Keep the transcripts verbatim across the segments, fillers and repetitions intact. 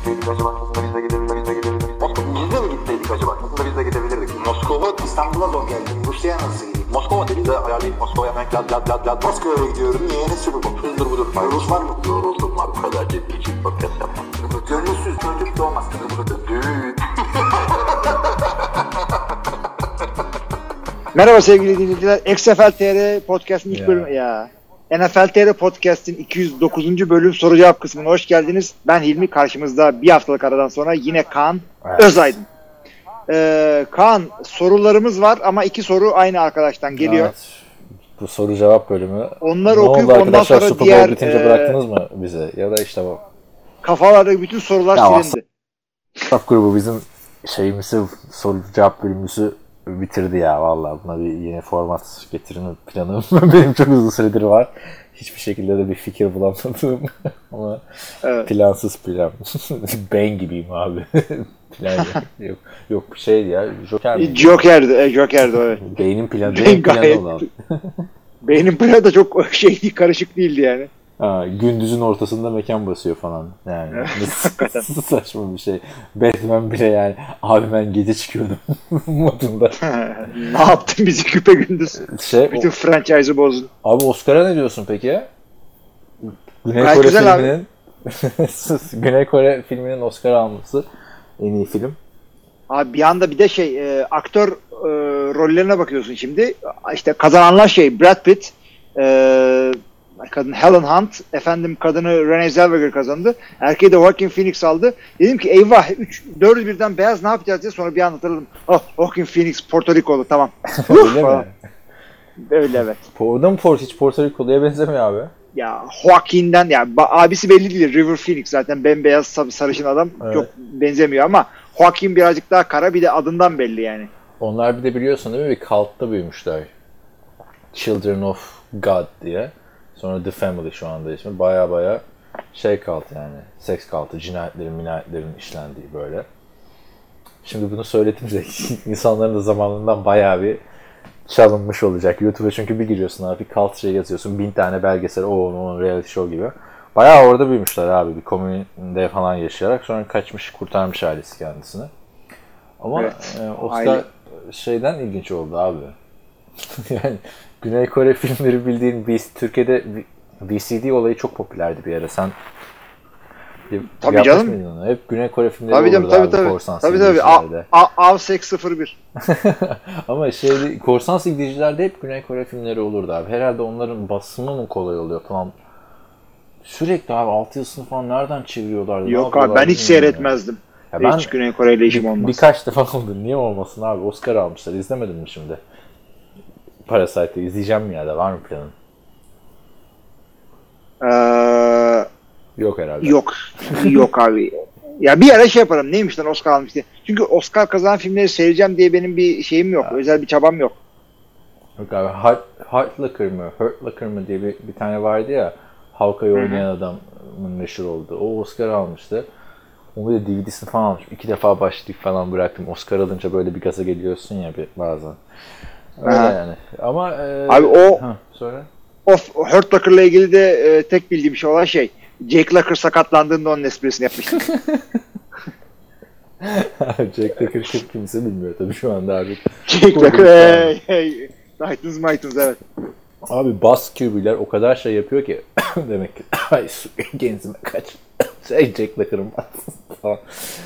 gitseydik acaba? Aslında biz de gidebilirdik. Biz de gidebilirdik. Biz de mi gitseydik acaba? Aslında biz de gidebilirdik. Moskova, İstanbul'a zor geldim. Rusya'ya nasıl gideyim? Moskova dedi de ayarlayıp Moskova'ya hemen lad lad lad lad. Moskova'ya gidiyorum. Niye? Ne sürü bu? Hızdır budur. Rus var mı? Yoruldum var. Bu kadar ciddi için podcast yapmam. Gönülsüz çocuk doğmaz. Düğün. Merhaba sevgili dinleyiciler. X F L T R Podcast'ın ilk bölümü ya. N F L T R Podcast'in iki yüz dokuzuncu bölüm soru cevap kısmına hoş geldiniz. Ben Hilmi, karşımızda bir haftalık aradan sonra yine Kaan evet. Özaydın. Ee, Kaan, sorularımız var ama iki soru aynı arkadaştan geliyor. Evet. Bu soru cevap bölümü. Onları ne okuyup ondan sonra Super diğer... bitince e... bıraktınız mı bize? Ya da işte bu. Kafalarda bütün sorular ya silindi. WhatsApp grubu bizim şeyimizi, soru cevap bölümümüzü bitirdi ya vallahi. Buna bir yeni format getirme planım benim çok uzun süredir var. Hiçbir şekilde de bir fikir bulamadım. Ama evet. Plansız plan. Ben gibiyim abi. Plan yok. Yok bir şeydi ya. Joker mi? Joker'di. E, Joker'di evet. Beynin planı. Beynin planı olan. Beynin planı da çok şey karışık değildi yani. Ha, gündüzün ortasında mekan basıyor falan yani. Saçma bir şey. Batman bile yani abi ben gece çıkıyordum modunda. Ne yaptın bizi küpe gündüz? Şey, bütün o... franchise'ı bozdun. Abi Oscar'a ne diyorsun peki? Güney Gayet Kore filminin Güney Kore filminin Oscar alması en iyi film. Abi bir anda bir de şey e, aktör e, rollerine bakıyorsun şimdi. İşte kazananlar şey Brad Pitt, e, kadın Helen Hunt, efendim kadını Renée Zellweger kazandı. Erkeği de Joaquin Phoenix aldı. Dedim ki eyvah üç dördü birden beyaz ne yapacağız diye sonra bir an hatırladım. Oh Joaquin Phoenix Porto Rico'lu tamam. Öyle mi? Öyle evet. O da mı Porto, hiç Porto Rico'luya benzemiyor abi? Ya Joaquin'den ya abisi belli değil. River Phoenix zaten bembeyaz sarışın adam. Evet. Çok benzemiyor ama Joaquin birazcık daha kara, bir de adından belli yani. Onlar bir de biliyorsun değil mi bir cult'ta büyümüşler. Children of God diye. Sonra The Family şu anda ismi. Baya baya şey cult yani. Seks cult'ı, cinayetlerin, minayetlerin işlendiği böyle. Şimdi bunu söylediğimde insanların da zamanından baya bir çalınmış olacak. YouTube'a çünkü bir giriyorsun abi, cult şey yazıyorsun. Bin tane belgesel, o onun reality show gibi. Bayağı orada büyümüşler abi. Bir komünde falan yaşayarak. Sonra kaçmış, kurtarmış ailesi kendisini. Ama evet, e, Oscar aile... şeyden ilginç oldu abi. Yani Güney Kore filmleri bildiğin bir, Türkiye'de V C D olayı çok popülerdi bir ara. Sen tabii canım. Hep Güney Kore filmleri tabii olurdu tabii, abi tabii. korsan tabii tabii. Avsek sıfır bir. Ama şeyde korsan silgicilerde hep Güney Kore filmleri olurdu abi. Herhalde onların basımı mı kolay oluyor falan. Sürekli abi altı yıl falan nereden çeviriyorlardı? Yok abi ben hiç seyretmezdim. Ya ben hiç Güney Kore ile işim bir, olmaz. Birkaç defa oldu. Niye olmasın abi? Oscar almışlar. İzlemedin mi şimdi? Parasite'ı izleyeceğim mi ya da var mı planın? Ee, yok herhalde. Yok. Yok abi. Ya bir ara şey yaparım. Neymiş lan Oscar almış diye. Çünkü Oscar kazanan filmleri seyredeceğim diye benim bir şeyim yok. Ya. Özel bir çabam yok. Yok abi. Heart, Heart Locker mı? Hurt Locker mı diye bir, bir tane vardı ya. Hawkeye oynayan adamın meşhur oldu. O Oscar almıştı. Onu da D V D'sini falan almışım. İki defa başlayıp falan bıraktım. Oscar alınca böyle bir gaza geliyorsun ya bir, bazen. Öyle ha. Yani. Ama e, abi o ha, sonra o Hurt Locker'la ilgili de e, tek bildiğim şey olan şey Jake Locker sakatlandığında onun esprisini yapmıştım. Jake Locker kim kimse bilmiyor tabii şu anda abi. Jake Locker hey hey Titans Titans evet. Abi bas Q B'ler o kadar şey yapıyor ki demek ki ay genzime kaç şey Jake Locker'ın falan.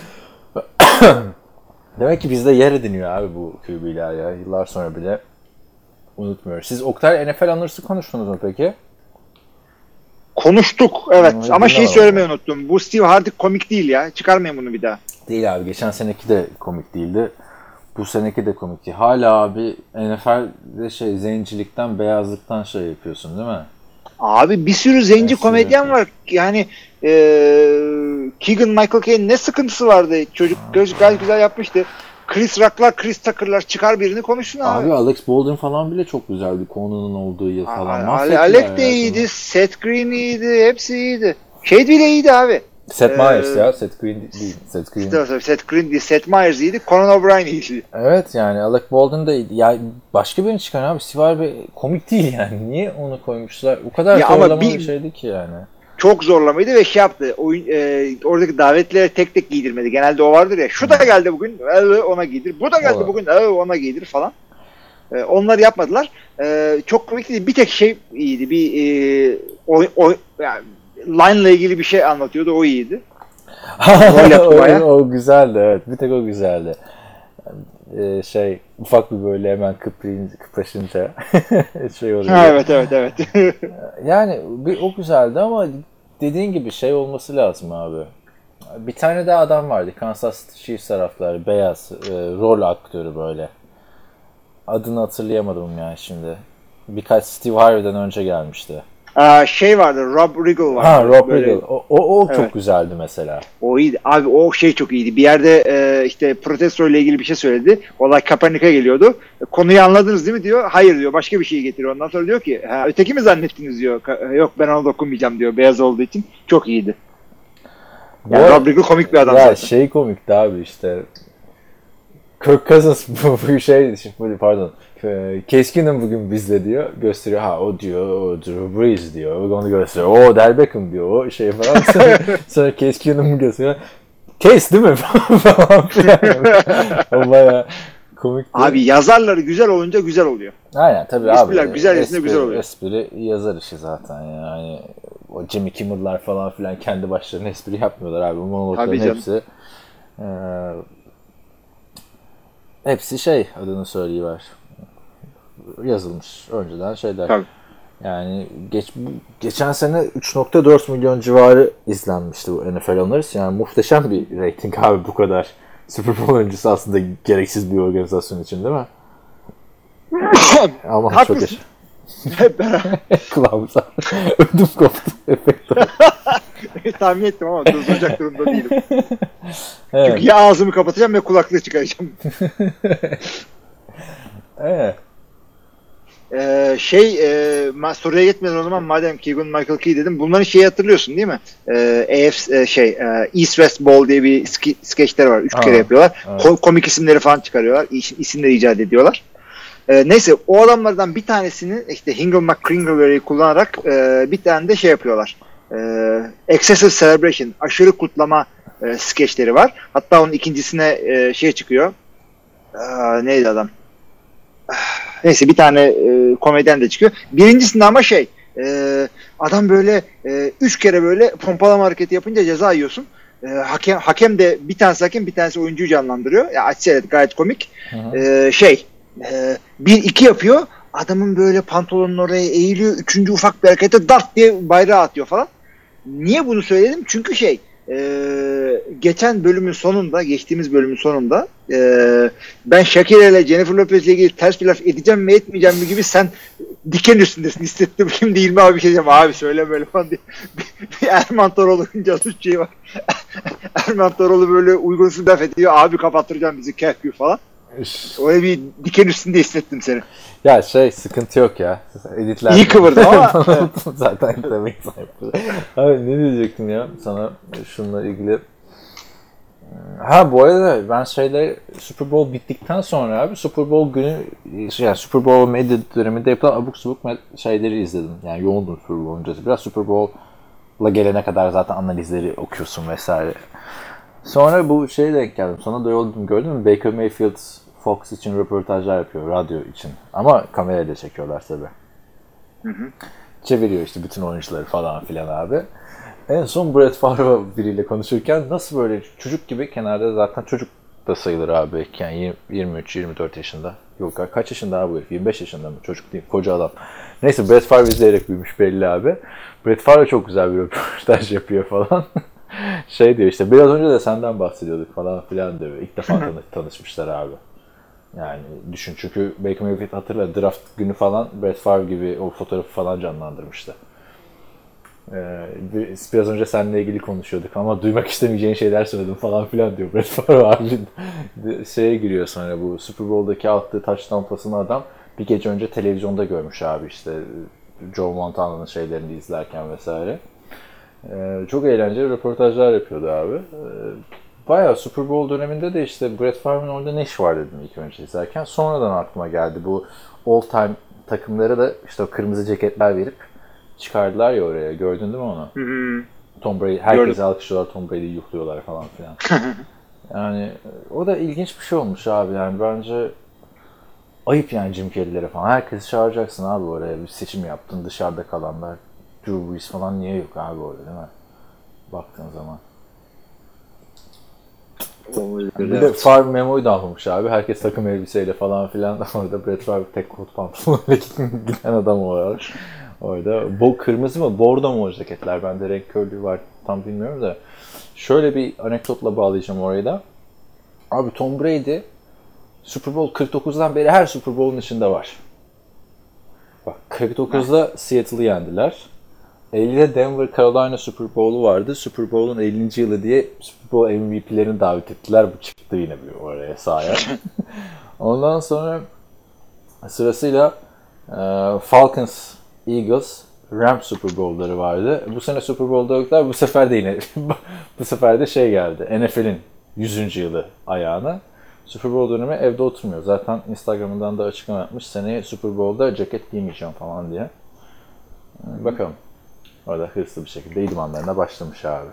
Demek ki bizde yer ediniyor abi bu Q B'ler ya. Yıllar sonra bile unutmuyoruz. Siz Oktay N F L anırsı konuştunuz mu peki? Konuştuk evet ama, ama şey söylemeyi unuttum. Bu Steve Hardy komik değil ya. Çıkarmayın bunu bir daha. Değil abi. Geçen seneki de komik değildi. Bu seneki de komik değil. Hala abi N F L'de şey zencilikten, beyazlıktan şey yapıyorsun değil mi? Abi bir sürü zenci ben komedyen var. Yani e, Keegan Michael Kay'in ne sıkıntısı vardı? Çocuk gayet güzel yapmıştı. Chris Rock'lar, Chris Tucker'lar çıkar birini konuşsun abi. Abi Alex Baldwin falan bile çok güzeldi. Conan'ın olduğu yıl falan. Ale, Alec de iyiydi. Seth Green iyiydi. Hepsi iyiydi. Şey bile iyiydi abi. Seth Meyers ee, ya. Seth Green değil. Seth Green. İşte, Seth Green değil. Seth Meyers iyiydi. Conan O'Brien iyiydi. Evet yani Alec Baldwin de iyiydi. Ya başka birini çıkar abi. Steve Harvey komik değil yani. Niye onu koymuşlar? O kadar zorlama bir şeydi ki yani. çok zorlamaydı ve şey yaptı. Oyun, e, oradaki davetlilere tek tek giydirmedi. Genelde o vardır ya. Şu da geldi bugün, e, ona giydir. Bu da geldi Olur. bugün, e, ona giydir falan. E, onları yapmadılar. E, çok komikti. Bir tek şey iyiydi. Bir e, o, o, yani, line ile ilgili bir şey anlatıyordu. O iyiydi. o, o güzeldi, evet. Bir tek o güzeldi. Ee, şey ufak bir böyle hemen kıprayınca, kıpraşınca şey oluyor. Ha, evet evet evet. Yani bir o güzeldi ama dediğin gibi şey olması lazım abi. Bir tane daha adam vardı. Kansas City Chiefs taraftarı, beyaz, e, rol aktörü böyle. Adını hatırlayamadım yani şimdi. Birkaç Steve Harvey'den önce gelmişti. Aa, şey vardı, Rob Riggle vardı. Ha, Rob böyle. Riggle. O, o, o Evet. çok güzeldi mesela. O iyiydi. Abi o şey çok iyiydi. Bir yerde e, işte protesto ile ilgili bir şey söyledi. Olay Kaepernick'e geliyordu. Konuyu anladınız değil mi diyor. Hayır diyor. Başka bir şey getiriyor. Ondan sonra diyor ki ha, öteki mi zannettiniz diyor. Ka- Yok ben ona dokunmayacağım diyor. Beyaz olduğu için. Çok iyiydi. Yani Bu- Rob Riggle komik bir adam ya zaten. şey komikti abi işte. Kirk Cousins bu şey şimdi pardon. Case Keenum bugün bizle diyor. Gösteriyor. Ha o diyor. O Drew Brees diyor. Onu gösteriyor. O Del Beckham diyor. O şey falan. Sonra, sonra Case Keenum'u gösteriyor. Case değil mi? falan filan. O bayağı komikti. Abi yazarları güzel olunca güzel oluyor. Aynen tabii Espriler abi. güzel yazınca güzel oluyor. Espri yazar işi zaten yani. O Jimmy Kimmel'lar falan filan kendi başlarına espri yapmıyorlar abi. Monologların Tabii canım. hepsi e, hepsi şey adını söyleyiver. Yazılmış önceden şeyler. Tabii. Yani geç, geçen sene üç nokta dört milyon civarı izlenmişti bu N F L Honors. Yani muhteşem bir rating abi bu kadar. Super Bowl öncesi aslında gereksiz bir organizasyon için değil mi? Ama çok Haklısın. yaşa. Hep beraber Kulağımıza ödüm koptu. Efekt oldu. tahmin ettim ama durduracak durumda değilim. Evet. Çünkü ya ağzımı kapatacağım ya kulaklığı çıkaracağım. Evet. Ee, şey e, soruya gitmeden o zaman madem Keegan Michael Key dedim, bunların şeyi hatırlıyorsun değil mi? Ee, A F C, e, şey e, East West Bowl diye bir ske, skeçler var. Üç Aa, kere yapıyorlar. evet. Ko- komik isimleri falan çıkarıyorlar. İs, isimleri icat ediyorlar. Ee, neyse o adamlardan bir tanesini işte Hingle McCringle'ları kullanarak e, bir tane de şey yapıyorlar. E, Excessive Celebration, aşırı kutlama e, skeçleri var. Hatta onun ikincisine e, şey çıkıyor. Aa, neydi adam? Neyse bir tane e, komedyen de çıkıyor. Birincisinde ama şey e, adam böyle e, üç kere böyle pompalama hareketi yapınca ceza yiyorsun. E, hakem hakem de bir tanesi hakem bir tanesi oyuncuyu canlandırıyor. Ya aç seyret, gayet komik. E, şey e, bir iki yapıyor. Adamın böyle pantolonun oraya eğiliyor. Üçüncü ufak bir harekete dart diye bayrağı atıyor falan. Niye bunu söyledim? Çünkü şey Ee, geçen bölümün sonunda, geçtiğimiz bölümün sonunda e, ben Shakira ile Jennifer Lopez ile ilgili ters bir laf edeceğim mi etmeyeceğim mi gibi sen diken üstündesin hissettim. Şimdi değil mi abi bir şey diyeceğim. Abi söyle böyle falan diye. Bir, bir Erman Toroğlu'nun casus şeyi var. Erman Toroğlu böyle uygunsuz laf ediyor. Abi kapattıracağım bizi kehkü falan. Öyle bir diken üstünde hissettim seni. Ya şey sıkıntı yok ya. Editler. İyi kıvırdım ama. Zaten demek sahip. Abi ne diyecektim ya sana şununla ilgili. Ha bu arada ben şeyde Super Bowl bittikten sonra abi Super Bowl günü yani Super Bowl medya döneminde yapılan abuk subuk şeyleri izledim. Yani yoğundum Super Bowl öncesi. Biraz Super Bowl'la gelene kadar zaten analizleri okuyorsun vesaire. Sonra bu şeye denk geldim. Sonra da yoldum gördün mü? Baker Mayfield Fox için röportajlar yapıyor. Radyo için. Ama kamerayla çekiyorlar tabii. Hı hı. Çeviriyor işte bütün oyuncuları falan filan abi. En son Brett Favre biriyle konuşurken nasıl böyle çocuk gibi kenarda zaten çocuk da sayılır abi. Yani yirmi üç yirmi dört yaşında. Yok kaç yaşında abi bu herif? yirmi beş yaşında mı? Çocuk değil. Koca adam. Neyse Brett Favre izleyerek büyümüş belli abi. Brett Favre çok güzel bir röportaj yapıyor falan. Şey diyor işte biraz önce de senden bahsediyorduk falan filan diyor. İlk defa tanı- tanışmışlar abi. Yani düşün çünkü Baker Mayfield hatırla draft günü falan Brett Favre gibi o fotoğrafı falan canlandırmıştı. Ee, biraz önce seninle ilgili konuşuyorduk ama duymak istemeyeceğin şeyler söyledim falan filan diyor Brett Favre abi. Şeye giriyor sonra bu Super Bowl'daki attığı touchdown pasını adam bir gece önce televizyonda görmüş abi işte Joe Montana'nın şeylerini izlerken vesaire. Ee, çok eğlenceli röportajlar yapıyordu abi. Ee, bayağı Super Bowl döneminde de işte Brett Favre'ın orada ne iş var dedim ilk önce izlerken. Sonradan aklıma geldi bu all time takımlara da işte o kırmızı ceketler verip çıkardılar ya oraya. Gördün değil mi onu? Hı hı. Tom Brady, herkes Gördüm. alkışlıyorlar, Tom Brady'yi yuhluyorlar falan filan. Yani o da ilginç bir şey olmuş abi yani bence ayıp yani Jim Kelly'lere falan. Herkesi çağıracaksın abi oraya. Bir seçim yaptın, dışarıda kalanlar. Drew Brees falan niye yok abi orada değil mi? Baktığın zaman. Bir de Favre memoyu da almamış abi. Herkes takım elbiseyle falan filan. Orada Brett Favre tek kot pantolonuyla giden adam var. Orada. Bu kırmızı mı? Bordo mu o ceketler? Bende renk körlüğü var. Tam bilmiyorum da. Şöyle bir anekdotla bağlayacağım orayı da. Abi Tom Brady Super Bowl kırk dokuzdan beri her Super Bowl'un içinde var. Bak kırk dokuzda Seattle'ı yendiler. ellide Denver Carolina Super Bowl'u vardı. Super Bowl'un ellinci yılı diye Super Bowl M V P'lerini davet ettiler. Bu çıktı yine bir oraya sahaya. Ondan sonra sırasıyla e, Falcons, Eagles, Rams Super Bowl'ları vardı. Bu sene Super Bowl'da yoklar. Bu sefer de yine bu sefer de şey geldi. N F L'in yüzüncü yılı ayağına. Super Bowl dönemi evde oturmuyor. Zaten Instagram'dan da açıklama yapmış. Seneye Super Bowl'da ceket giymeyeceğim falan diye. Bakalım. Orada hırslı bir şekilde idmanlarına başlamış abi.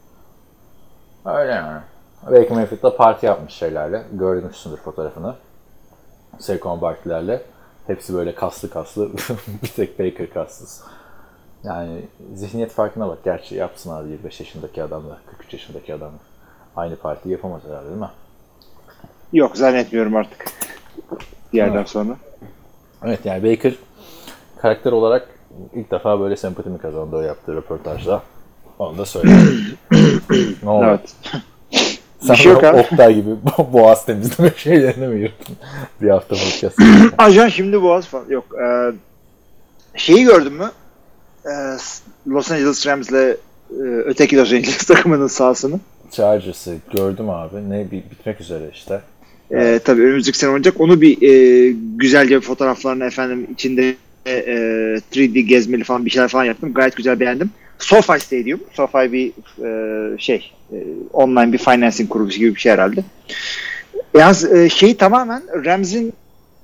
Öyle yani. Baker Mayfield'da parti yapmış şeylerle. Görmüşsündür fotoğrafını. Saquon Barkley'lerle. Hepsi böyle kaslı kaslı. Bir tek Baker kassız. Yani zihniyet farkına bak. Gerçi yapsın abi yirmi beş yaşındaki adamla, kırk üç yaşındaki adamla. Aynı partiyi yapamaz herhalde değil mi? Yok zannetmiyorum artık. Bir yerden evet. sonra. Evet yani Baker karakter olarak ilk defa böyle sempatimi kazandı o yaptığı röportajda. Onu da söyleyeyim. Ne oldu? Evet. Sen şey yok Oktay gibi boğaz temizleme şeylerine mi yırttın? Bir hafta podcast. Ajan şimdi boğaz falan. Yok. E, şeyi gördün mü? E, Los Angeles Rams'le e, öteki Los Angeles takımının sahasını. Chargers'ı gördüm abi. Ne bitmek üzere işte. Ee, tabii önümüzdeki sene oynayacak. Onu bir e, güzelce fotoğraflarını efendim içinde e, üç D gezmeli falan bir şeyler falan yaptım. Gayet güzel beğendim. SoFi Stadium. SoFi bir e, şey e, online bir financing kuruluşu gibi bir şey herhalde. Yalnız e, şeyi tamamen Rams'in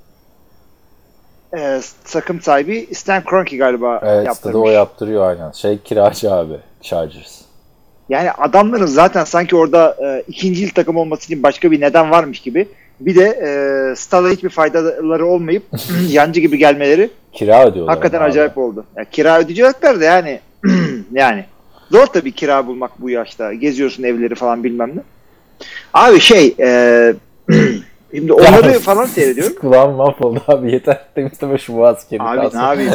e, takım sahibi Stan Kroenke galiba evet, yaptırmış. Evet o yaptırıyor aynen. Şey kiracı abi. Chargers. Yani adamların zaten sanki orada e, ikinci yıl takım olması için başka bir neden varmış gibi. Bir de e, stada hiçbir faydaları olmayıp yancı gibi gelmeleri kira ödüyorlar. Hakikaten acayip abi. Oldu. Yani kira ödeyecekler de yani yani zor tabii kira bulmak bu yaşta. Geziyorsun evleri falan bilmem ne. Abi şey e, şimdi onları ya, falan seyrediyorum. Kulağım mahvoldu abi. Yeter temizleme şu boğaz kedi abi kalsın. Ne yapayım?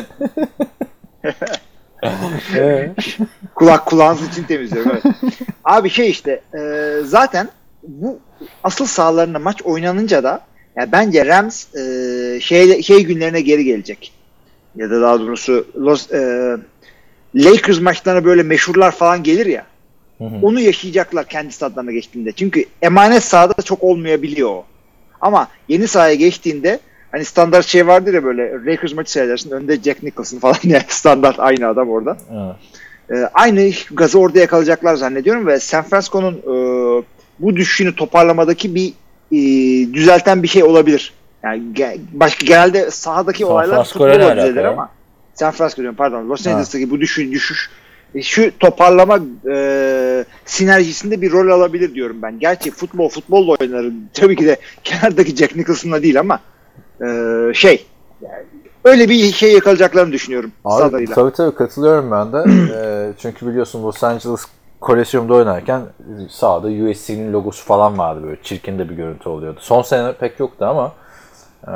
Kulak kulağınız için temizliyorum. Evet. Abi şey işte e, zaten bu asıl sahalarında maç oynanınca da yani bence Rams e, şey şey günlerine geri gelecek. Ya da daha doğrusu Los, e, Lakers maçlarına böyle meşhurlar falan gelir ya. Hı hı. Onu yaşayacaklar kendi stadlarına geçtiğinde. Çünkü emanet sahada çok olmayabiliyor o. Ama yeni sahaya geçtiğinde hani standart şey vardır ya böyle Lakers maçı seyredersin önde Jack Nicholson falan yani standart aynı adam orada. Evet. Ee, aynı gazı orada yakalayacaklar zannediyorum ve San Francisco'nun e, bu düşüşünü toparlamadaki bir e, düzelten bir şey olabilir. Yani ge- başka genelde sahadaki San olaylar futbolla düzelir ama San Francisco diyorum pardon Los Angeles'taki bu düşüş, düşüş şu toparlama e, sinerjisinde bir rol alabilir diyorum ben. Gerçi futbol futbolla oynanır. Tabii ki de kenardaki Jack Nicholson'la değil ama e, şey yani öyle bir şey yakalayacaklarını düşünüyorum. Abi, tabii tabii katılıyorum ben de. e, çünkü biliyorsun Los Angeles Coliseum'da oynarken sağda U S C'nin logosu falan vardı böyle. Çirkin de bir görüntü oluyordu. Son sene pek yoktu ama e,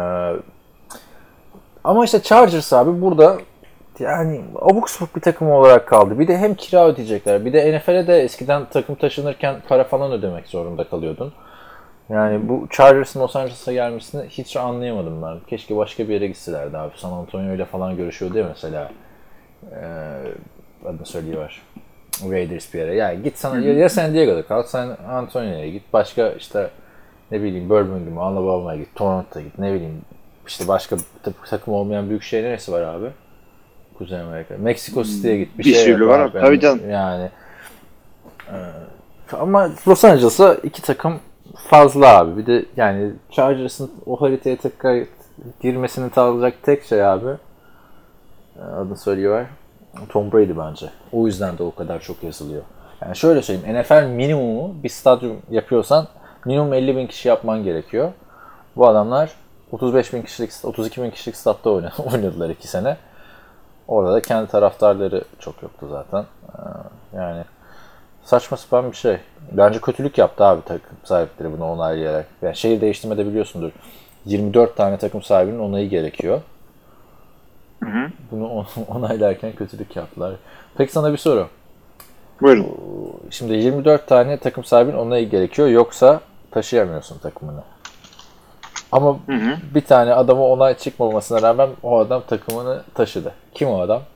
ama işte Chargers abi burada yani abuk sabuk bir takım olarak kaldı. Bir de hem kira ödeyecekler. Bir de N F L'e de eskiden takım taşınırken para falan ödemek zorunda kalıyordun. Yani bu Chargers'ın Los Angeles'a gelmesini hiç anlayamadım ben. Keşke başka bir yere gitselerdi abi. San Antonio ile falan görüşüyordu ya mesela. Ee, adını söylüyor. Raiders bir yere. Yani git sana ya, ya San Diego'da kal, San Antonio'ya git. Başka işte ne bileyim Birmingham'a, Alabama'ya git, Toronto'ya git. Ne bileyim işte başka takım olmayan büyük şehir neresi var abi? Kuzey Amerika. Meksiko City'ye git. Bir, bir şey sürü var abi. Tabii canım. Yani e, ama Los Angeles'a iki takım fazla abi. Bir de yani Chargers'ın o haritaya tekrar girmesini sağlayacak tek şey abi adını söylüyor. Tom Brady bence. O yüzden de o kadar çok yazılıyor. Yani şöyle söyleyeyim. N F L minimumu bir stadyum yapıyorsan minimum elli bin kişi yapman gerekiyor. Bu adamlar otuz beş bin kişilik, otuz iki bin kişilik statta oynadılar iki sene. Orada da kendi taraftarları çok yoktu zaten. Yani saçma sapan bir şey. Bence kötülük yaptı abi takım sahipleri bunu onaylayarak. Yani şehir değiştirmede biliyorsundur. yirmi dört tane takım sahibinin onayı gerekiyor. Hı hı. Bunu onaylarken kötülük yaptılar. Peki sana bir soru. Buyurun. Şimdi yirmi dört tane takım sahibinin onayı gerekiyor. Yoksa taşıyamıyorsun takımını. Ama hı hı. bir tane adama onay çıkmamasına rağmen o adam takımını taşıdı. Kim o adam?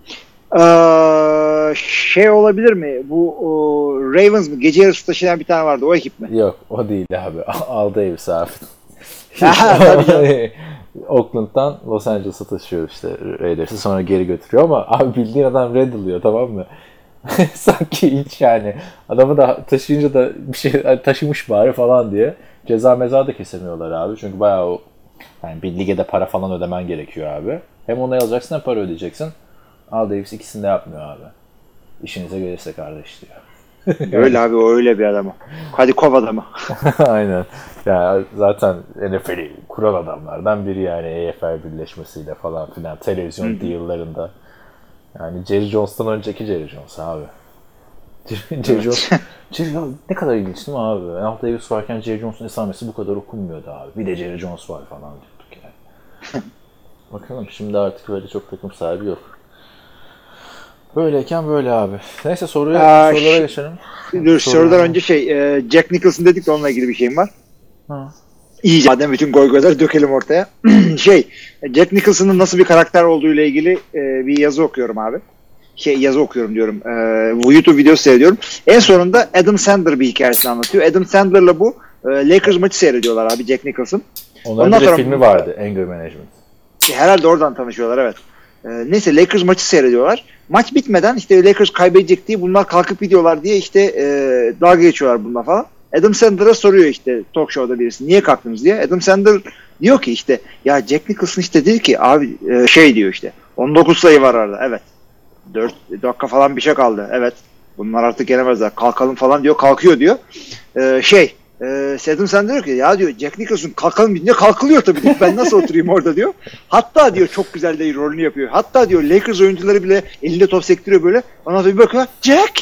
Ee, şey olabilir mi? Bu o, Ravens mı? Gece yarısı taşıyan bir tane vardı. O ekip mi? Yok. O değil abi. Al Davis abi. Oakland'dan Los Angeles'a taşıyor işte Raiders'ı, sonra geri götürüyor ama abi bildiğin adam reddiliyor, tamam mı? Sanki hiç yani adamı da taşıyınca da bir şey taşımış bari falan diye ceza meza da kesemiyorlar abi. Çünkü bayağı o yani bir lige de para falan ödemen gerekiyor abi. Hem onay alacaksın hem para ödeyeceksin. Al Davis ikisini de yapmıyor abi. İşinize gelirse kardeş diyor. Öyle abi, o öyle bir adam. Hadi kov adamı. Aynen. Ya zaten N F L'i kuran adamlardan biri yani A F L birleşmesiyle falan filan televizyon Hı-hı. deal'larında. Yani Jerry Jones'tan önceki Jerry Jones abi. Jerry Jones Jerry Jones ne kadar ilginç değil mi abi? Al Davis varken Jerry Jones'un esamesi bu kadar okunmuyordu abi. Bir de Jerry Jones var falan diyorduk yani. Bakalım şimdi artık böyle çok takım sahibi yok. Böyleyken böyle abi. Neyse soruya, Aa, sorulara ş- geçelim. Dur, sorudan önce şey e, Jack Nicholson dedik de onunla ilgili bir şeyim var. Ha. İyice madem bütün goygoyları dökelim ortaya. şey Jack Nicholson'ın nasıl bir karakter olduğu ile ilgili e, bir yazı okuyorum abi. Şey yazı okuyorum diyorum. E, bu YouTube videosu seyrediyorum. En sonunda Adam Sandler bir hikayesini anlatıyor. Adam Sandler'la bu e, Lakers maçı seyrediyorlar abi, Jack Nicholson. Onların Ondan bir sonra filmi vardı, Anger Management. Herhalde oradan tanışıyorlar, evet. E, neyse Lakers maçı seyrediyorlar. Maç bitmeden işte Lakers kaybedecek diye bunlar kalkıp gidiyorlar diye işte e, dalga geçiyorlar bununla falan. Adam Sandler'a soruyor işte talk show'da birisi, niye kalktınız diye. Adam Sandler diyor ki işte ya Jack Nicholson işte dedi ki abi e, şey diyor işte on dokuz sayı var arada, evet. dört dakika falan bir şey kaldı, evet. Bunlar artık yenemezler, kalkalım falan diyor, kalkıyor diyor. E, şey e, Adam Sandler diyor ki ya diyor Jack Nicholson kalkalım deyince kalkılıyor tabii diyor. Ben nasıl oturayım orada diyor. Hatta diyor çok güzel de rolünü yapıyor. Hatta diyor Lakers oyuncuları bile elinde top sektiriyor böyle. Ondan sonra bir bakıyor, Jack!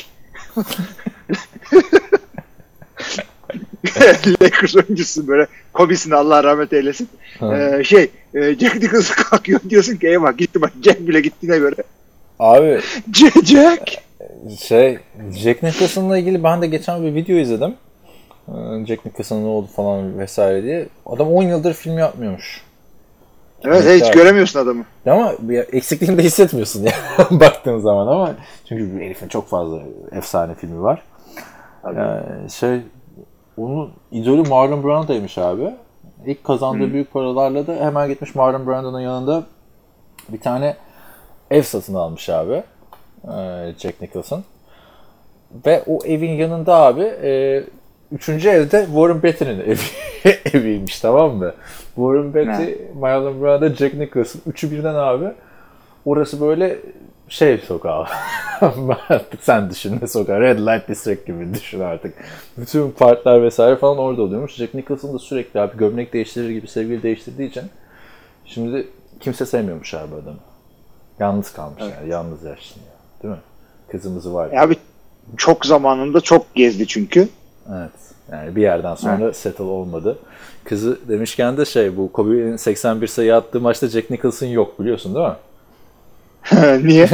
Lakers oyuncusu böyle Kobe'sini Allah rahmet eylesin. Ee, şey e, Jack Nicholson kalkıyor diyorsun ki eyvah gitti bak, Jack bile gittiğine göre. Abi Jack! Şey Jack Nicholson'la ilgili ben de geçen bir video izledim. Jack Nicholson'ın ne oldu falan vesaire diye. Adam on yıldır film yapmıyormuş. Evet, hiç abi göremiyorsun adamı. Ama eksikliğini de hissetmiyorsun ya baktığın zaman, ama çünkü herifin çok fazla efsane filmi var. Yani şey onun idolü Marlon Brando'ymuş abi. İlk kazandığı Hı. büyük paralarla da hemen gitmiş Marlon Brando'nun yanında bir tane ev satın almış abi. Jack Nicholson. Ve o evin yanında abi e, üçüncü evde Warren Beatty'nin evi, eviymiş, tamam mı? Warren Beatty, Marlon Brando, Jack Nicholson. Üçü birden abi. Orası böyle şey sokağı. Artık sen düşün ne sokağı. Red Light District gibi düşün artık. Bütün partiler vesaire falan orada oluyormuş. Jack Nicholson da sürekli abi gömlek değiştirir gibi sevgili değiştirdiği için şimdi kimse sevmiyormuş abi adamı. Yalnız kalmış evet. Yani. Yalnız yaşlanıyor. Değil mi? Kızımızı var. E abi çok zamanında çok gezdi çünkü. Evet. Yani bir yerden sonra evet. settle olmadı. Kızı demişken de şey bu Kobe'nin seksen bir sayı attığı maçta Jack Nicholson yok, biliyorsun değil mi? Niye?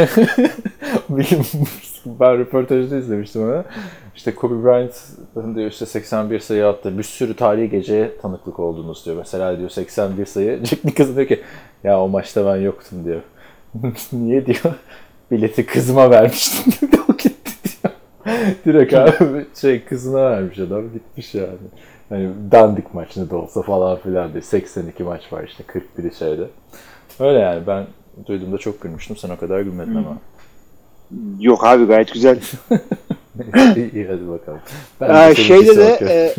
Ben röportajda izlemiştim onu. İşte Kobe Bryant diyor işte seksen bir sayı attı. Bir sürü tarihi geceye tanıklık oldunuz diyor. Mesela diyor seksen bir sayı. Jack Nicholson diyor ki ya o maçta ben yoktum diyor. Niye diyor? Bileti kızıma vermiştim diyor. O gitti diyor. Direkt abi şey kızına vermiş adam, gitmiş yani. Hani dandik maç ne de olsa falan filan diye. seksen iki maç var işte, kırk biri şeyde. Öyle yani, ben duyduğumda çok gülmüştüm. Sen o kadar gülmedin ama. Yok abi, gayet güzel. Neyse, iyi hadi bakalım. Ben ee, şeyde de e,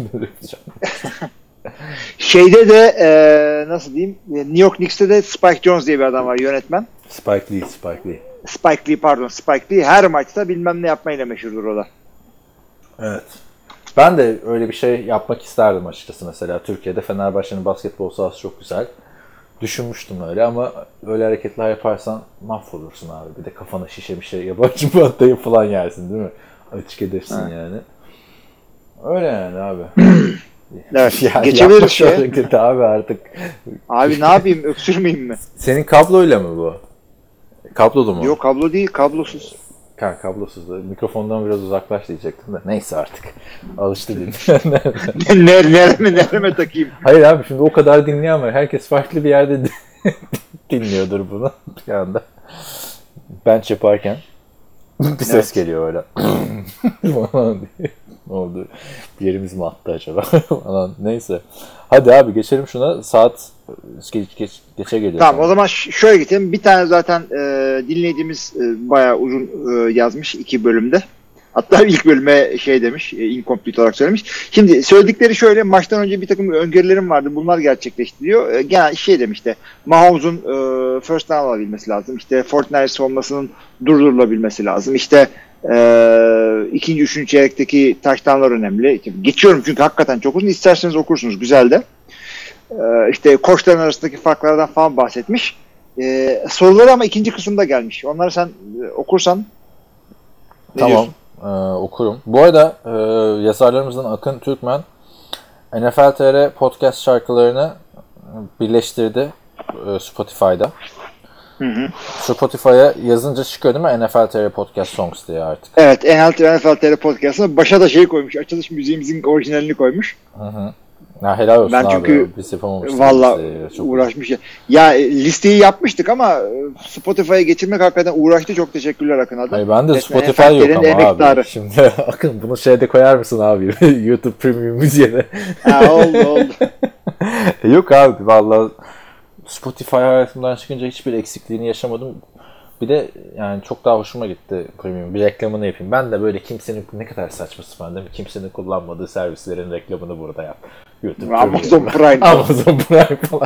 şeyde de e, nasıl diyeyim, New York Knicks'te de Spike Jonze diye bir adam var, yönetmen. Spike Lee, Spike Lee. Spike Lee pardon Spike Lee her maçta bilmem ne yapmayla meşhurdur o da. Evet. Ben de öyle bir şey yapmak isterdim açıkçası mesela. Türkiye'de Fenerbahçe'nin basketbol sahası çok güzel. Düşünmüştüm öyle ama öyle hareketler yaparsan mahvolursun abi. Bir de kafana şişe bir şey yabancı madde falan yersin değil mi? Açık edersin ha. Yani. Öyle yani abi. Evet. Yani geçebiliriz şeye. Abi artık. Abi ne yapayım? Öksürmeyeyim mi? Senin kabloyla mı bu? Kablolu mu? Yok kablo değil. Kablosuz. Ha, kablosuz. Mikrofondan biraz uzaklaş diyecektim de. Neyse artık. Alıştı dinleyenler. Nereme nereme takayım? Hayır abi şimdi o kadar dinleyen var. Herkes farklı bir yerde dinliyordur bunu bir anda. Bench yaparken bir ses evet. Geliyor öyle. Ne oldu? Bir yerimiz mi attı acaba? Falan. Neyse. Hadi abi geçelim şuna. Saat geç, geç, geçe geliyor. Tamam sana. O zaman ş- şöyle geçelim. Bir tane zaten e, dinleyicimiz e, bayağı uzun e, yazmış iki bölümde. Hatta ilk bölüme şey demiş, e, incomplete olarak söylemiş. Şimdi söyledikleri şöyle, maçtan önce bir takım öngörülerim vardı. Bunlar gerçekleşti diyor. E, genel şey demiş işte, Mahomes'un e, first down alabilmesi lazım. İşte Fortnite savunmasının durdurulabilmesi lazım. İşte e, ikinci, üçüncü çeyrekteki touchdownlar önemli. Geçiyorum çünkü hakikaten çok uzun. İsterseniz okursunuz. Güzel de. E, işte koçların arasındaki farklardan falan bahsetmiş. E, soruları ama ikinci kısımda gelmiş. Onları sen e, okursan ne tamam. diyorsun? Ee, okurum. Bu arada e, yazarlarımızdan Akın Türkmen N F L T R podcast şarkılarını birleştirdi e, Spotify'da. Hı hı. Spotify'a yazınca çıkıyor değil mi? N F L T R Podcast Songs diye artık. Evet, N F L T R Podcast'ına başa da şey koymuş. Açılış müziğimizin orijinalini koymuş. Hı hı. Ya helal olsun ben abi. Çünkü biz yapamamıştık. valla uğraşmış. Ya. ya listeyi yapmıştık ama Spotify'ya geçirmek hakikaten uğraştı. Çok teşekkürler Akın Adın. Hayır ben de Spotify yok ama emektarı. Abi. Şimdi Akın bunu şeyde koyar mısın abi? YouTube Premium müziğine. Ha oldu oldu. Yok abi valla Spotify hayatımdan çıkınca hiçbir eksikliğini yaşamadım. Bir de yani çok daha hoşuma gitti Premium. Bir reklamını yapayım. Ben de böyle kimsenin ne kadar saçma sapan değil mi? Kimsenin kullanmadığı servislerin reklamını burada yap. YouTube Amazon Prime. Amazon Prime falan.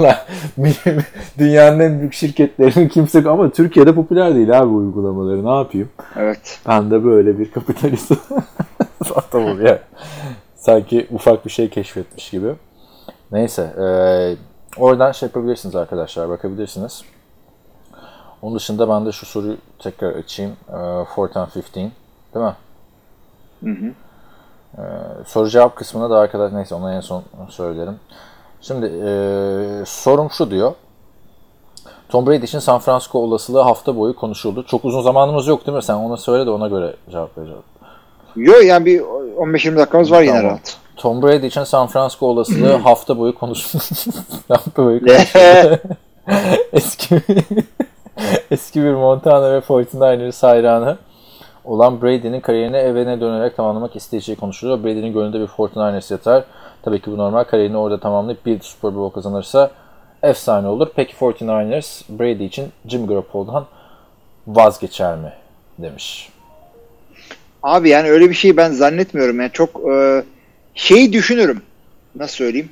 Dünyanın en büyük şirketlerinin kimse ama Türkiye'de popüler değil abi uygulamaları. Ne yapayım? Evet. Ben de böyle bir kapitalist. Tamam ya. Sanki ufak bir şey keşfetmiş gibi. Neyse. E, oradan şey yapabilirsiniz arkadaşlar. Bakabilirsiniz. Onun dışında ben de şu soruyu tekrar açayım. fourth and fifteen değil mi? Hı hı. Ee, soru cevap kısmına da arkadaş neyse onu en son söylerim. Şimdi e, sorum şu diyor. Tom Brady için San Francisco olasılığı hafta boyu konuşuldu. Çok uzun zamanımız yok değil mi? Sen ona söyle de ona göre cevap vereceğim. Yok yani bir on beş yirmi dakikamız var tamam. Yine rahat. Tom Brady için San Francisco olasılığı hafta boyu konuşuldu. hafta boyu konuşuldu. Eski Eski bir Montana ve kırk dokuzers hayranı olan Brady'nin kariyerini evine dönerek tamamlamak isteyeceği konuşuluyor. Brady'nin gönlünde bir kırk dokuzers yatar. Tabii ki bu normal. Kariyerini orada tamamlayıp bir Super Bowl kazanırsa efsane olur. Peki kırk dokuzers Brady için Jimmy Garoppolo'dan vazgeçer mi? Demiş. Abi yani öyle bir şey ben zannetmiyorum. Yani çok e, şeyi düşünürüm. Nasıl söyleyeyim?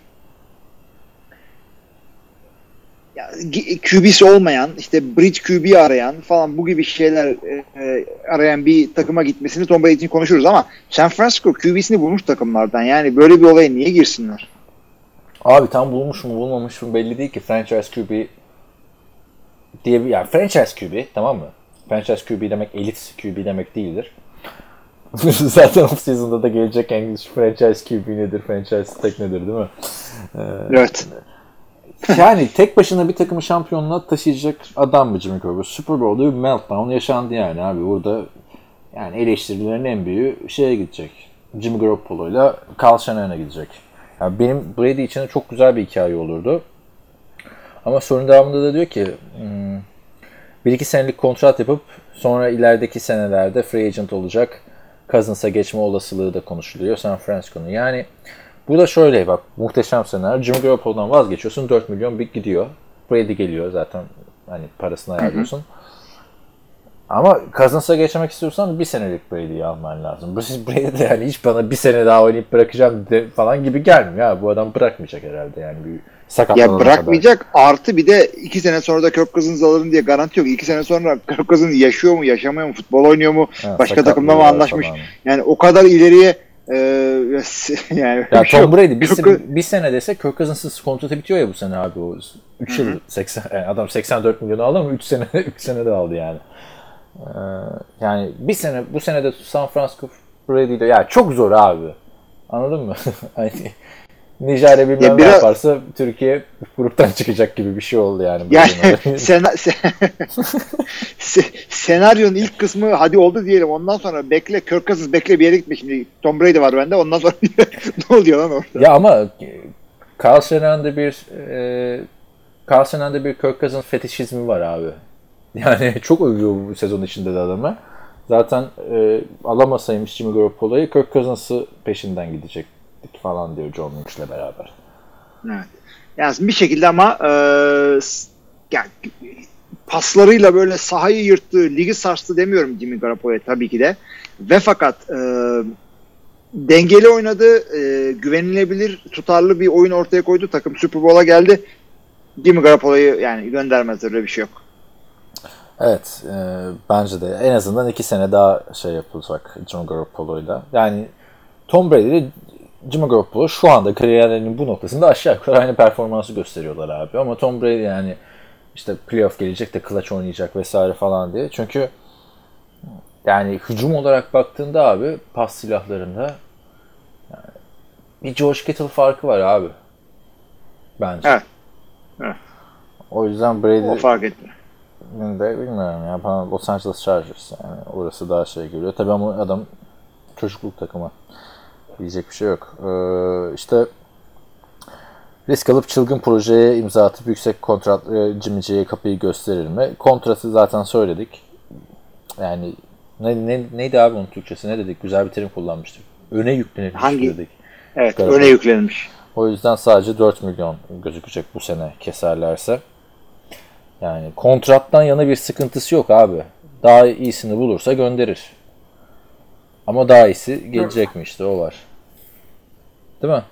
Q B'si olmayan, işte bridge Q B arayan falan bu gibi şeyler e, arayan bir takıma gitmesini Tom Brady için konuşuruz ama San Francisco Q B'sini bulmuş takımlardan. Yani böyle bir olaya niye girsinler? Abi tam bulmuş mu bulmamış mı belli değil ki. Franchise Q B diye bir yani franchise Q B tamam mı? Franchise Q B demek elit Q B demek değildir. Zaten off-season'da da gelecek English franchise Q B nedir, franchise tag nedir değil mi? Ee, evet. Yani tek başına bir takımı şampiyonluğa taşıyacak adam mı Jimmy Garoppolo? Super Bowl'da bir meltdown yaşandı yani abi. Burada yani eleştirilerin en büyüğü şeye gidecek. Jimmy Garoppolo'yla Kyle Shanahan'a gidecek. Yani benim Brady için çok güzel bir hikaye olurdu. Ama sorunun devamında da diyor ki hmm, bir iki senelik kontrat yapıp sonra ilerideki senelerde free agent olacak. Cousins'a geçme olasılığı da konuşuluyor San Francisco'nun. Yani bu da şöyle bak muhteşem senaryo. Jimmy Garoppolo'dan vazgeçiyorsun. dört milyon bir gidiyor. Brady geliyor zaten. Hani parasını ayarlıyorsun. Ama Cousins'a geçmek istiyorsan bir senelik Brady'yi alman lazım. Brady de yani hiç bana bir sene daha oynayıp bırakacağım de falan gibi gelmiyor. Ya bu adam bırakmayacak herhalde yani bir sakatlanana Ya kadar. bırakmayacak, artı bir de iki sene sonra da Kirk Cousins alırım diye garanti yok. İki sene sonra Kirk Cousins yaşıyor mu, yaşamıyor mu, futbol oynuyor mu, Ha, başka takımda mı sakatlığı var anlaşmış. falan. Yani o kadar ileriye e, yani Ya bir şey Tom yok. Brady bir, Kirk- se- bir sene dese Kirk Cousins'ın kontratı bitiyor ya bu sene abi. O üç yıl seksen yani adam seksen dört milyonu aldı ama üç sene üç sene de aldı yani. Ee, yani bir sene bu sene de San Francisco Brady'de ya çok zor abi. Anladın mı? Hani Nijerya bilmem Ya ne biraz- yaparsa Türkiye gruptan çıkacak gibi bir şey oldu yani. Yani Brady'nin. sena, se, se- senaryonun ilk kısmı hadi oldu diyelim. Ondan sonra bekle, Kirk Cousins bekle, bir yere gitme şimdi. Tom Brady var bende. Ondan sonra ne oluyor lan orada? Ya ama Carl Shanahan'da bir e, Carl Shanahan'da bir Kirk Cousins fetişizmi var abi. Yani çok övüyor bu sezon içinde de adamı. Zaten e, alamasaymış Jimmy Garoppolo'yu Kirk Cousins'ı peşinden gidecektik falan diyor John Lynch'le beraber. Evet. Yani bir şekilde ama e, s- yani paslarıyla böyle sahayı yırttı, ligi sarstı demiyorum Jimmy Garoppolo'ya tabii ki de. Ve fakat e, dengeli oynadı, e, güvenilebilir, tutarlı bir oyun ortaya koydu. Takım Super Bowl'a geldi. Jimmy Garoppolo'yu yani göndermez, öyle bir şey yok. Evet, e, bence de en azından iki sene daha şey yapılacak Jimmy Garoppolo'yla. Yani Tom Brady ile Jimmy Garoppolo şu anda kariyerlerinin bu noktasında aşağı yukarı aynı performansı gösteriyorlar abi. Ama Tom Brady yani işte playoff gelecek de clutch oynayacak vesaire falan diye. Çünkü yani hücum olarak baktığında abi pas silahlarında yani bir George Kittle farkı var abi. Bence. Evet. Evet. O yüzden Brady O fark etti. de bilmiyorum ya. Bana Los Angeles Chargers yani orası daha şey geliyor. Tabii ama adam çocukluk takımı. Diyecek bir şey yok. Ee, işte risk alıp çılgın projeye imza atıp yüksek kontrat e, Jimmy G'ye kapıyı gösterir mi? Kontratı zaten söyledik. Yani ne, ne, neydi abi onun Türkçesi? Ne dedik? Güzel bir terim kullanmıştık. Öne yüklenilmiş Hangi? dedik. Evet, Galiba. öne yüklenmiş. O yüzden sadece dört milyon gözükecek bu sene keserlerse. Yani kontrattan yana bir sıkıntısı yok abi. Daha iyisini bulursa gönderir. Ama daha iyisi gelecek mi işte o var. Değil mi?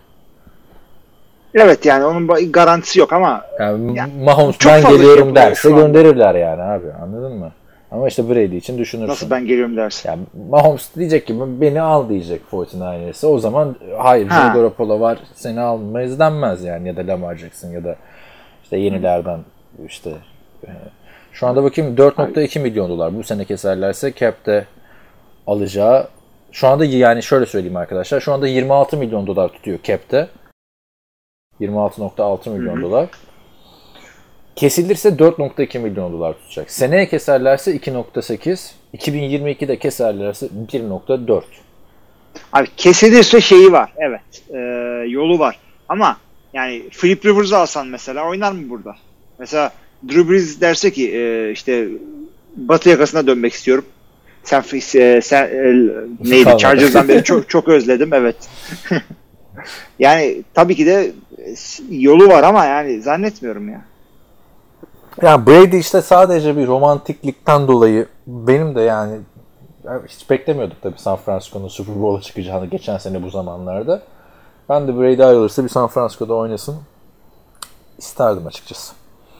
Evet, yani onun ba- garantisi yok ama Yani ya, Mahomes çok ben fazla geliyorum yapılıyor derse şu anda. gönderirler yani abi. Anladın mı? Ama işte Brady için düşünürsün. Nasıl ben geliyorum dersin. Yani Mahomes diyecek ki beni al diyecek kırk dokuzers'e. O zaman hayır Ha. Jimmy Garoppolo var seni almayız denmez yani. Ya da Lamar Jackson ya da işte yenilerden işte. e, Şu anda bakayım dört nokta iki milyon dolar. Bu sene keserlerse cap'te alacağı. Şu anda yani şöyle söyleyeyim arkadaşlar. Şu anda yirmi altı milyon dolar tutuyor cap'te. yirmi altı nokta altı milyon Hı hı. dolar. Kesilirse dört nokta iki milyon dolar tutacak. Seneye keserlerse iki nokta sekiz. iki bin yirmi ikide keserlerse bir nokta dört. Abi kesilirse şeyi var. Evet. Ee, yolu var. Ama yani Philip Rivers'ı alsan mesela oynar mı burada? Mesela Drew Brees derse ki e, işte Batı yakasına dönmek istiyorum. Sen, e, sen e, neydi? Kalmadı. Chargers'dan beri çok çok özledim. Evet. Yani tabii ki de yolu var ama yani zannetmiyorum ya. Yani Brady işte sadece bir romantiklikten dolayı benim de yani hiç beklemiyorduk tabii San Francisco'nun Super Bowl'a çıkacağını geçen sene bu zamanlarda. Ben de Brady ayrılırsa bir San Francisco'da oynasın isterdim açıkçası.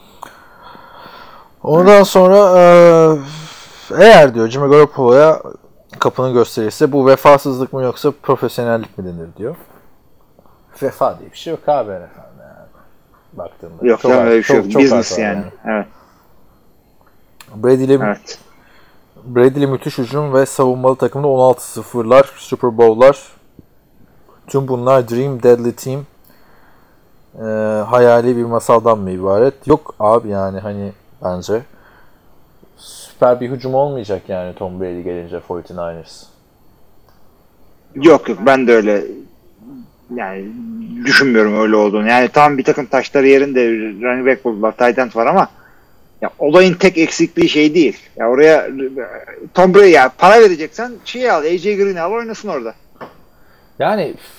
Ondan sonra eğer diyor Jimmy Garoppolo'ya kapını gösterirse bu vefasızlık mı yoksa profesyonellik mi denir diyor. Vefa diye bir şey yok abi efendim yani. Baktığında. Yok çok canım, az- öyle bir şey çok- yok. çok Business az var yani. Evet. Brady ile Evet. Brady ile müthiş hücum ve savunmalı takımda on altı sıfırlar, Super Bowl'lar. Tüm bunlar Dream Deadly Team e, hayali bir masaldan mı ibaret? Yok abi yani hani bence süper bir hücum olmayacak yani Tom Brady gelince kırk dokuzers. Yok yok, ben de öyle yani düşünmüyorum öyle olduğunu. Yani tam bir takım taşları yerinde, running back buldular, tight end var ama ya olayın tek eksikliği şey değil. Ya oraya Tom Brady ya para vereceksen şey al, A J Green'i al oynasın orada. Yani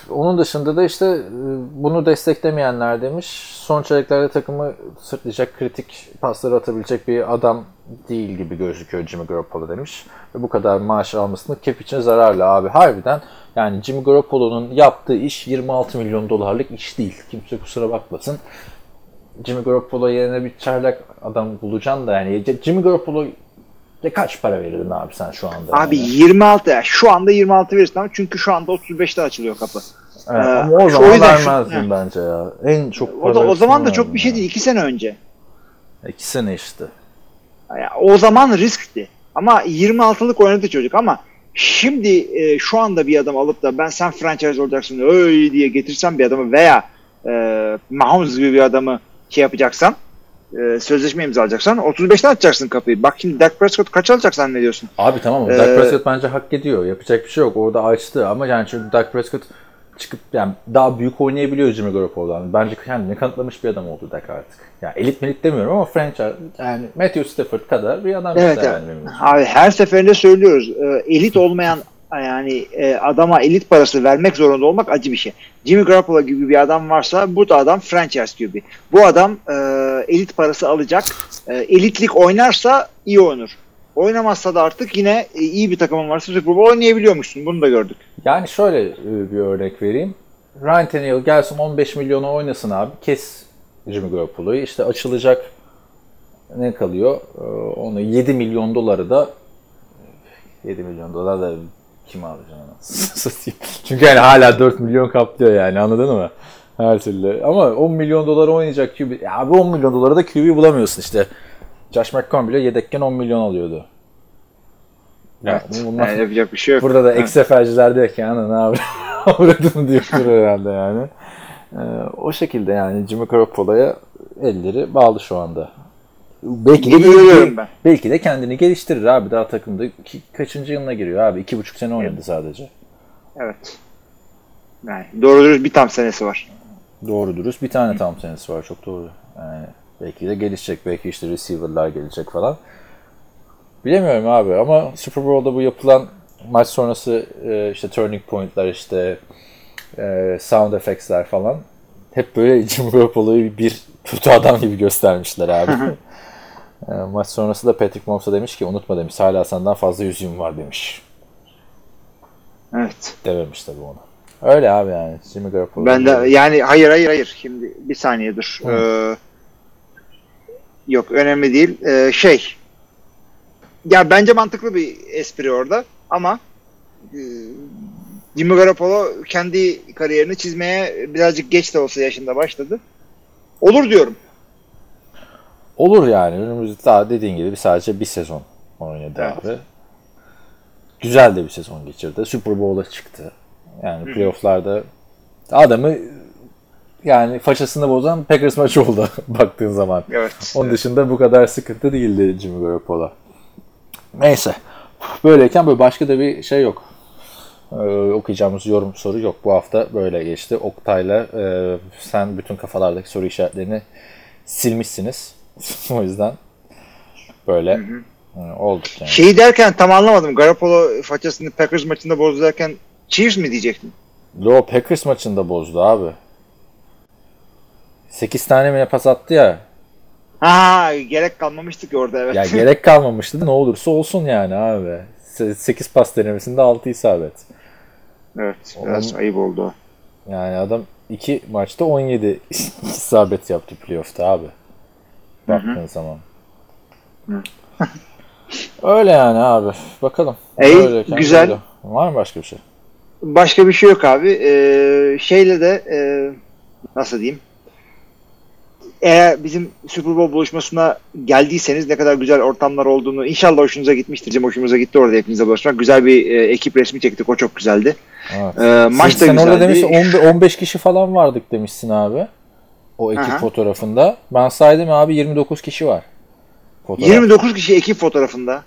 Onun dışında da işte e, bunu desteklemeyenler demiş. Son çeyreklerde takımı sırtlayacak, kritik pasları atabilecek bir adam değil gibi gözüküyor Jimmy Garoppolo demiş. Ve bu kadar maaş almasını cap için zararlı abi. Harbiden yani Jimmy Garoppolo'nun yaptığı iş yirmi altı milyon dolarlık iş değil. Kimse kusura bakmasın. Jimmy Garoppolo yerine bir çaylak adam bulacaksın da yani Jimmy Garoppolo'ya kaç para verirdin abi sen şu anda? Abi yani? yirmi altı ya. Şu anda yirmi altı verirsin ama çünkü şu anda otuz beşte açılıyor kapı. Evet, ee, ama o şu- zaman o yüzden şu- vermezdin bence ya. En çok para O, da, o zaman da çok versin bir şey yani. değil. iki sene önce. İki sene işte. Ya, o zaman riskti. Ama yirmi altılık oynadı çocuk ama şimdi e, şu anda bir adam alıp da ben sen franchise olacaksın öyle diye getirsen bir adamı veya e, Mahomes gibi bir adamı şey yapacaksan e, sözleşme imzalayacaksan otuz beşten açacaksın kapıyı. Bak şimdi Dak Prescott kaç alacak zannediyorsun? Abi tamam Ee, Dak Prescott bence hak ediyor. Yapacak bir şey yok. Orada açtı ama yani çünkü Dak Prescott çıkıp yani daha büyük oynayabiliyor Jimmy Garoppolo'dan. Bence kendini kanıtlamış bir adam oldu Dak artık. Yani elit melit demiyorum ama franchise yani Matthew Stafford kadar bir adam Evet, işte evet. yani. Abi her seferinde söylüyoruz. E, elit olmayan yani e, adama elit parası vermek zorunda olmak acı bir şey. Jimmy Garoppolo gibi bir adam varsa bu da adam franchise gibi. Bu adam e, elit parası alacak. E, elitlik oynarsa iyi oynar. Oynamazsa da artık yine e, iyi bir takımın varsa Super Bowl oynayabiliyormuşsun. Bunu da gördük. Yani şöyle e, bir örnek vereyim. Ryan Tannehill gelsin on beş milyona oynasın abi. Kes Jimmy Garoppolo'yu. İşte açılacak ne kalıyor? Ee, Onu yedi milyon doları da yedi milyon dolar da kim alacak? Satayım. Çünkü yani hala dört milyon kaplıyor yani anladın mı? Her türlü. Ama on milyon dolar oynayacak Q B. Ya abi on milyon dolara da Q B bulamıyorsun işte. Josh McCown bile yedekken on milyon alıyordu. Ya, Evet. bunlar, Yani yapacak bir şey yok. burada da Evet. X F L'ciler diyor ki ana ne abi avradını diyordur herhalde yani. Ee, o şekilde yani Jimmy Garoppolo'ya elleri bağlı şu anda. Belki de, Gibi görüyorum ben. belki de kendini geliştirir abi. Daha takımda ki, kaçıncı yılına giriyor abi. İki buçuk sene oynadı Evet. sadece. Evet. Yani doğru dürüst bir tam senesi var. Doğru dürüst bir tane tam senesi var. Çok doğru. Yani belki de gelişecek. Belki işte receiver'lar gelecek falan. Bilemiyorum abi ama Super Bowl'da bu yapılan maç sonrası e, işte turning point'lar işte e, sound effects'ler falan hep böyle Jimmy Garoppolo'yu bir kötü adam gibi göstermişler abi. e, maç sonrası da Patrick Mahomes'a demiş ki unutma demiş hala senden fazla yüzüğüm var demiş. Evet. Dememiş tabii onu. Öyle abi yani Jimmy Garoppolo. Ben de yani hayır hayır hayır. Şimdi bir saniye dur. Ee, yok önemli değil. Ee, şey ya bence mantıklı bir espri orada ama e, Jimmy Garoppolo kendi kariyerini çizmeye birazcık geç de olsa yaşında başladı. Olur diyorum. Olur yani. Önümüzde daha dediğin gibi sadece bir sezon oynadı Evet. abi. Güzel de bir sezon geçirdi. Super Bowl'a çıktı. Yani playoff'larda adamı yani façasını bozan Packers maçı oldu baktığın zaman. Evet. Onun dışında bu kadar sıkıntı değildi Jimmy Garoppolo. Neyse. Böyleyken böyle başka da bir şey yok. Ee, okuyacağımız yorum soru yok. Bu hafta böyle geçti. Oktay'la e, sen bütün kafalardaki soru işaretlerini silmişsiniz. O yüzden böyle hı hı. E, olduk yani. Şeyi derken tam anlamadım. Garoppolo façasını Packers maçında bozdu derken Chiefs mi diyecektin? Yo Packers maçında bozdu abi. sekiz tane mi ne pas attı ya. Ha gerek kalmamıştı ki orada evet. Ya gerek kalmamıştı. Ne olursa olsun yani abi. sekiz pas denemesinde altı isabet. Evet. Biraz Onun, ayıp oldu o. Yani adam iki maçta on yedi isabet yaptı playoff'ta abi. Baktığın zaman. Öyle yani abi. Bakalım. Ey, güzel. Böyle. Var mı başka bir şey? Başka bir şey yok abi. Ee, şeyle de e, nasıl diyeyim? Eğer bizim Super Bowl buluşmasına geldiyseniz ne kadar güzel ortamlar olduğunu inşallah hoşunuza gitmiştir. Bizim hoşumuza gitti orada hepinize buluşmak. Güzel bir e, ekip resmi çektik. O çok güzeldi. Evet. Ee, maç sen, da sen güzeldi. orada demişsin on beş kişi falan vardık demişsin abi. O ekip Aha. fotoğrafında. Ben saydım abi yirmi dokuz kişi var. Fotoğraf. yirmi dokuz kişi ekip fotoğrafında.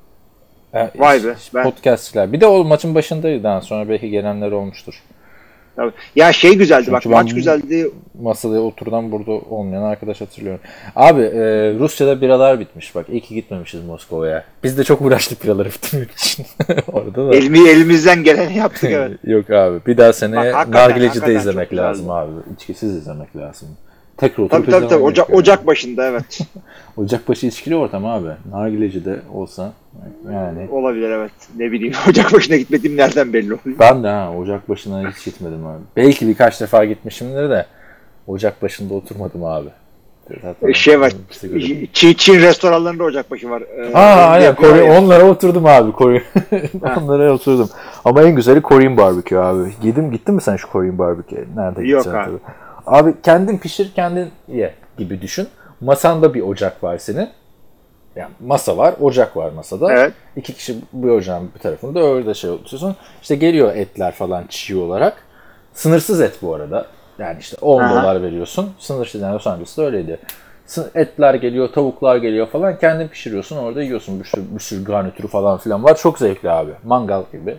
Yani Vay be. Ben... Podcastçiler. Bir de o maçın başındaydı daha sonra belki gelenler olmuştur. Tabii. Ya şey güzeldi Çünkü bak ben maç bu- güzeldi. Masada oturulan burada olmayan arkadaş hatırlıyorum. Abi e, Rusya'da biralar bitmiş. Bak iyi ki gitmemişiz Moskova'ya. Biz de çok uğraştık biraları bitirmek için. Orada da. Elmi, elimizden geleni yaptık evet. Yok abi. Bir daha sene Bak, hakikaten, Nargileci'de hakikaten izlemek çok güzeldi. lazım abi. İçkisiz izlemek lazım. Tek oturup Tabii tabii tabii izlememek Ocak, yani. Ocak başında evet. Ocakbaşı içkili ortam abi. Nargileci'de olsa yani. Olabilir evet. Ne bileyim Ocak başına gitmediğim nereden belli oluyor. Ben de ha Ocak başına hiç gitmedim abi. Belki birkaç defa gitmişimdir de Ocak başında oturmadım abi. Zaten Şey var. sigara- Çin, Çin restoranlarında Ocakbaşı var. Ee, Aa aynen yapıyor Kore, ya. onlara oturdum abi. Kore. Onlara oturdum. Ama en güzeli Korean barbekü abi. Yedim gittin mi sen şu Korean barbekü? Nerede Yok gideceksin abi. tabii. Abi kendin pişir kendin ye gibi düşün. Masanda bir ocak var senin. Yani masa var, ocak var masada. Evet. İki kişi bir ocağın bir tarafında öyle şey tutuyorsun. İşte geliyor etler falan çiğ olarak. Sınırsız et bu arada. Yani işte on Aha. dolar veriyorsun. Sınırsız yani Los Angeles'ta öyleydi. Sı- Etler geliyor, tavuklar geliyor falan. Kendin pişiriyorsun orada yiyorsun. Bir sürü, bir sürü garnitürü falan filan var. Çok zevkli abi. Mangal gibi.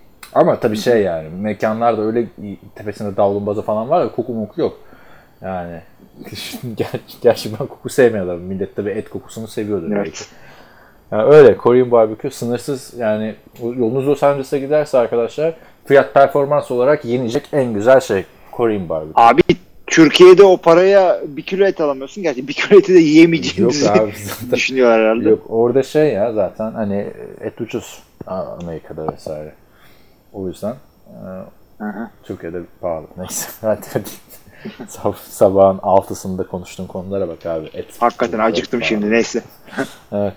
Ama tabii şey yani mekanlarda öyle tepesinde davlumbazı falan var ya koku moku yok. Yani ger- gerçi ben koku sevmiyorlar. Millet de et kokusunu seviyordur Evet. belki. Yani öyle Korean barbekü sınırsız yani yolunuz Los Angeles'a giderse arkadaşlar fiyat performans olarak yenecek en güzel şey Korean barbekü. Abi Türkiye'de o paraya bir kilo et alamıyorsun. Gerçi bir kilo eti de Yok yiyemeyeceğimizi abi zaten. düşünüyorlar herhalde. Yok orada şey ya zaten hani et ucuz Amerika'da vesaire. O yüzden e, Aha. Türkiye'de pahalı. Neyse hadi hadi. Sab- Sabahın altısında konuştuğun konulara bak abi. Et, Hakikaten et acıktım pahalı. şimdi neyse. Evet.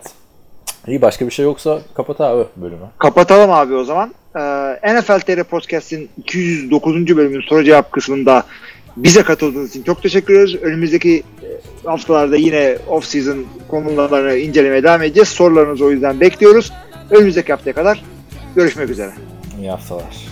İyi başka bir şey yoksa kapat abi bölümü. Kapatalım abi o zaman. Ee, N F L T R Podcast'in iki yüz dokuzuncu bölümünün soru cevap kısmında bize katıldığınız için çok teşekkür ederiz. Önümüzdeki haftalarda yine off-season konularını incelemeye devam edeceğiz. Sorularınızı o yüzden bekliyoruz. Önümüzdeki haftaya kadar görüşmek üzere. İyi haftalar.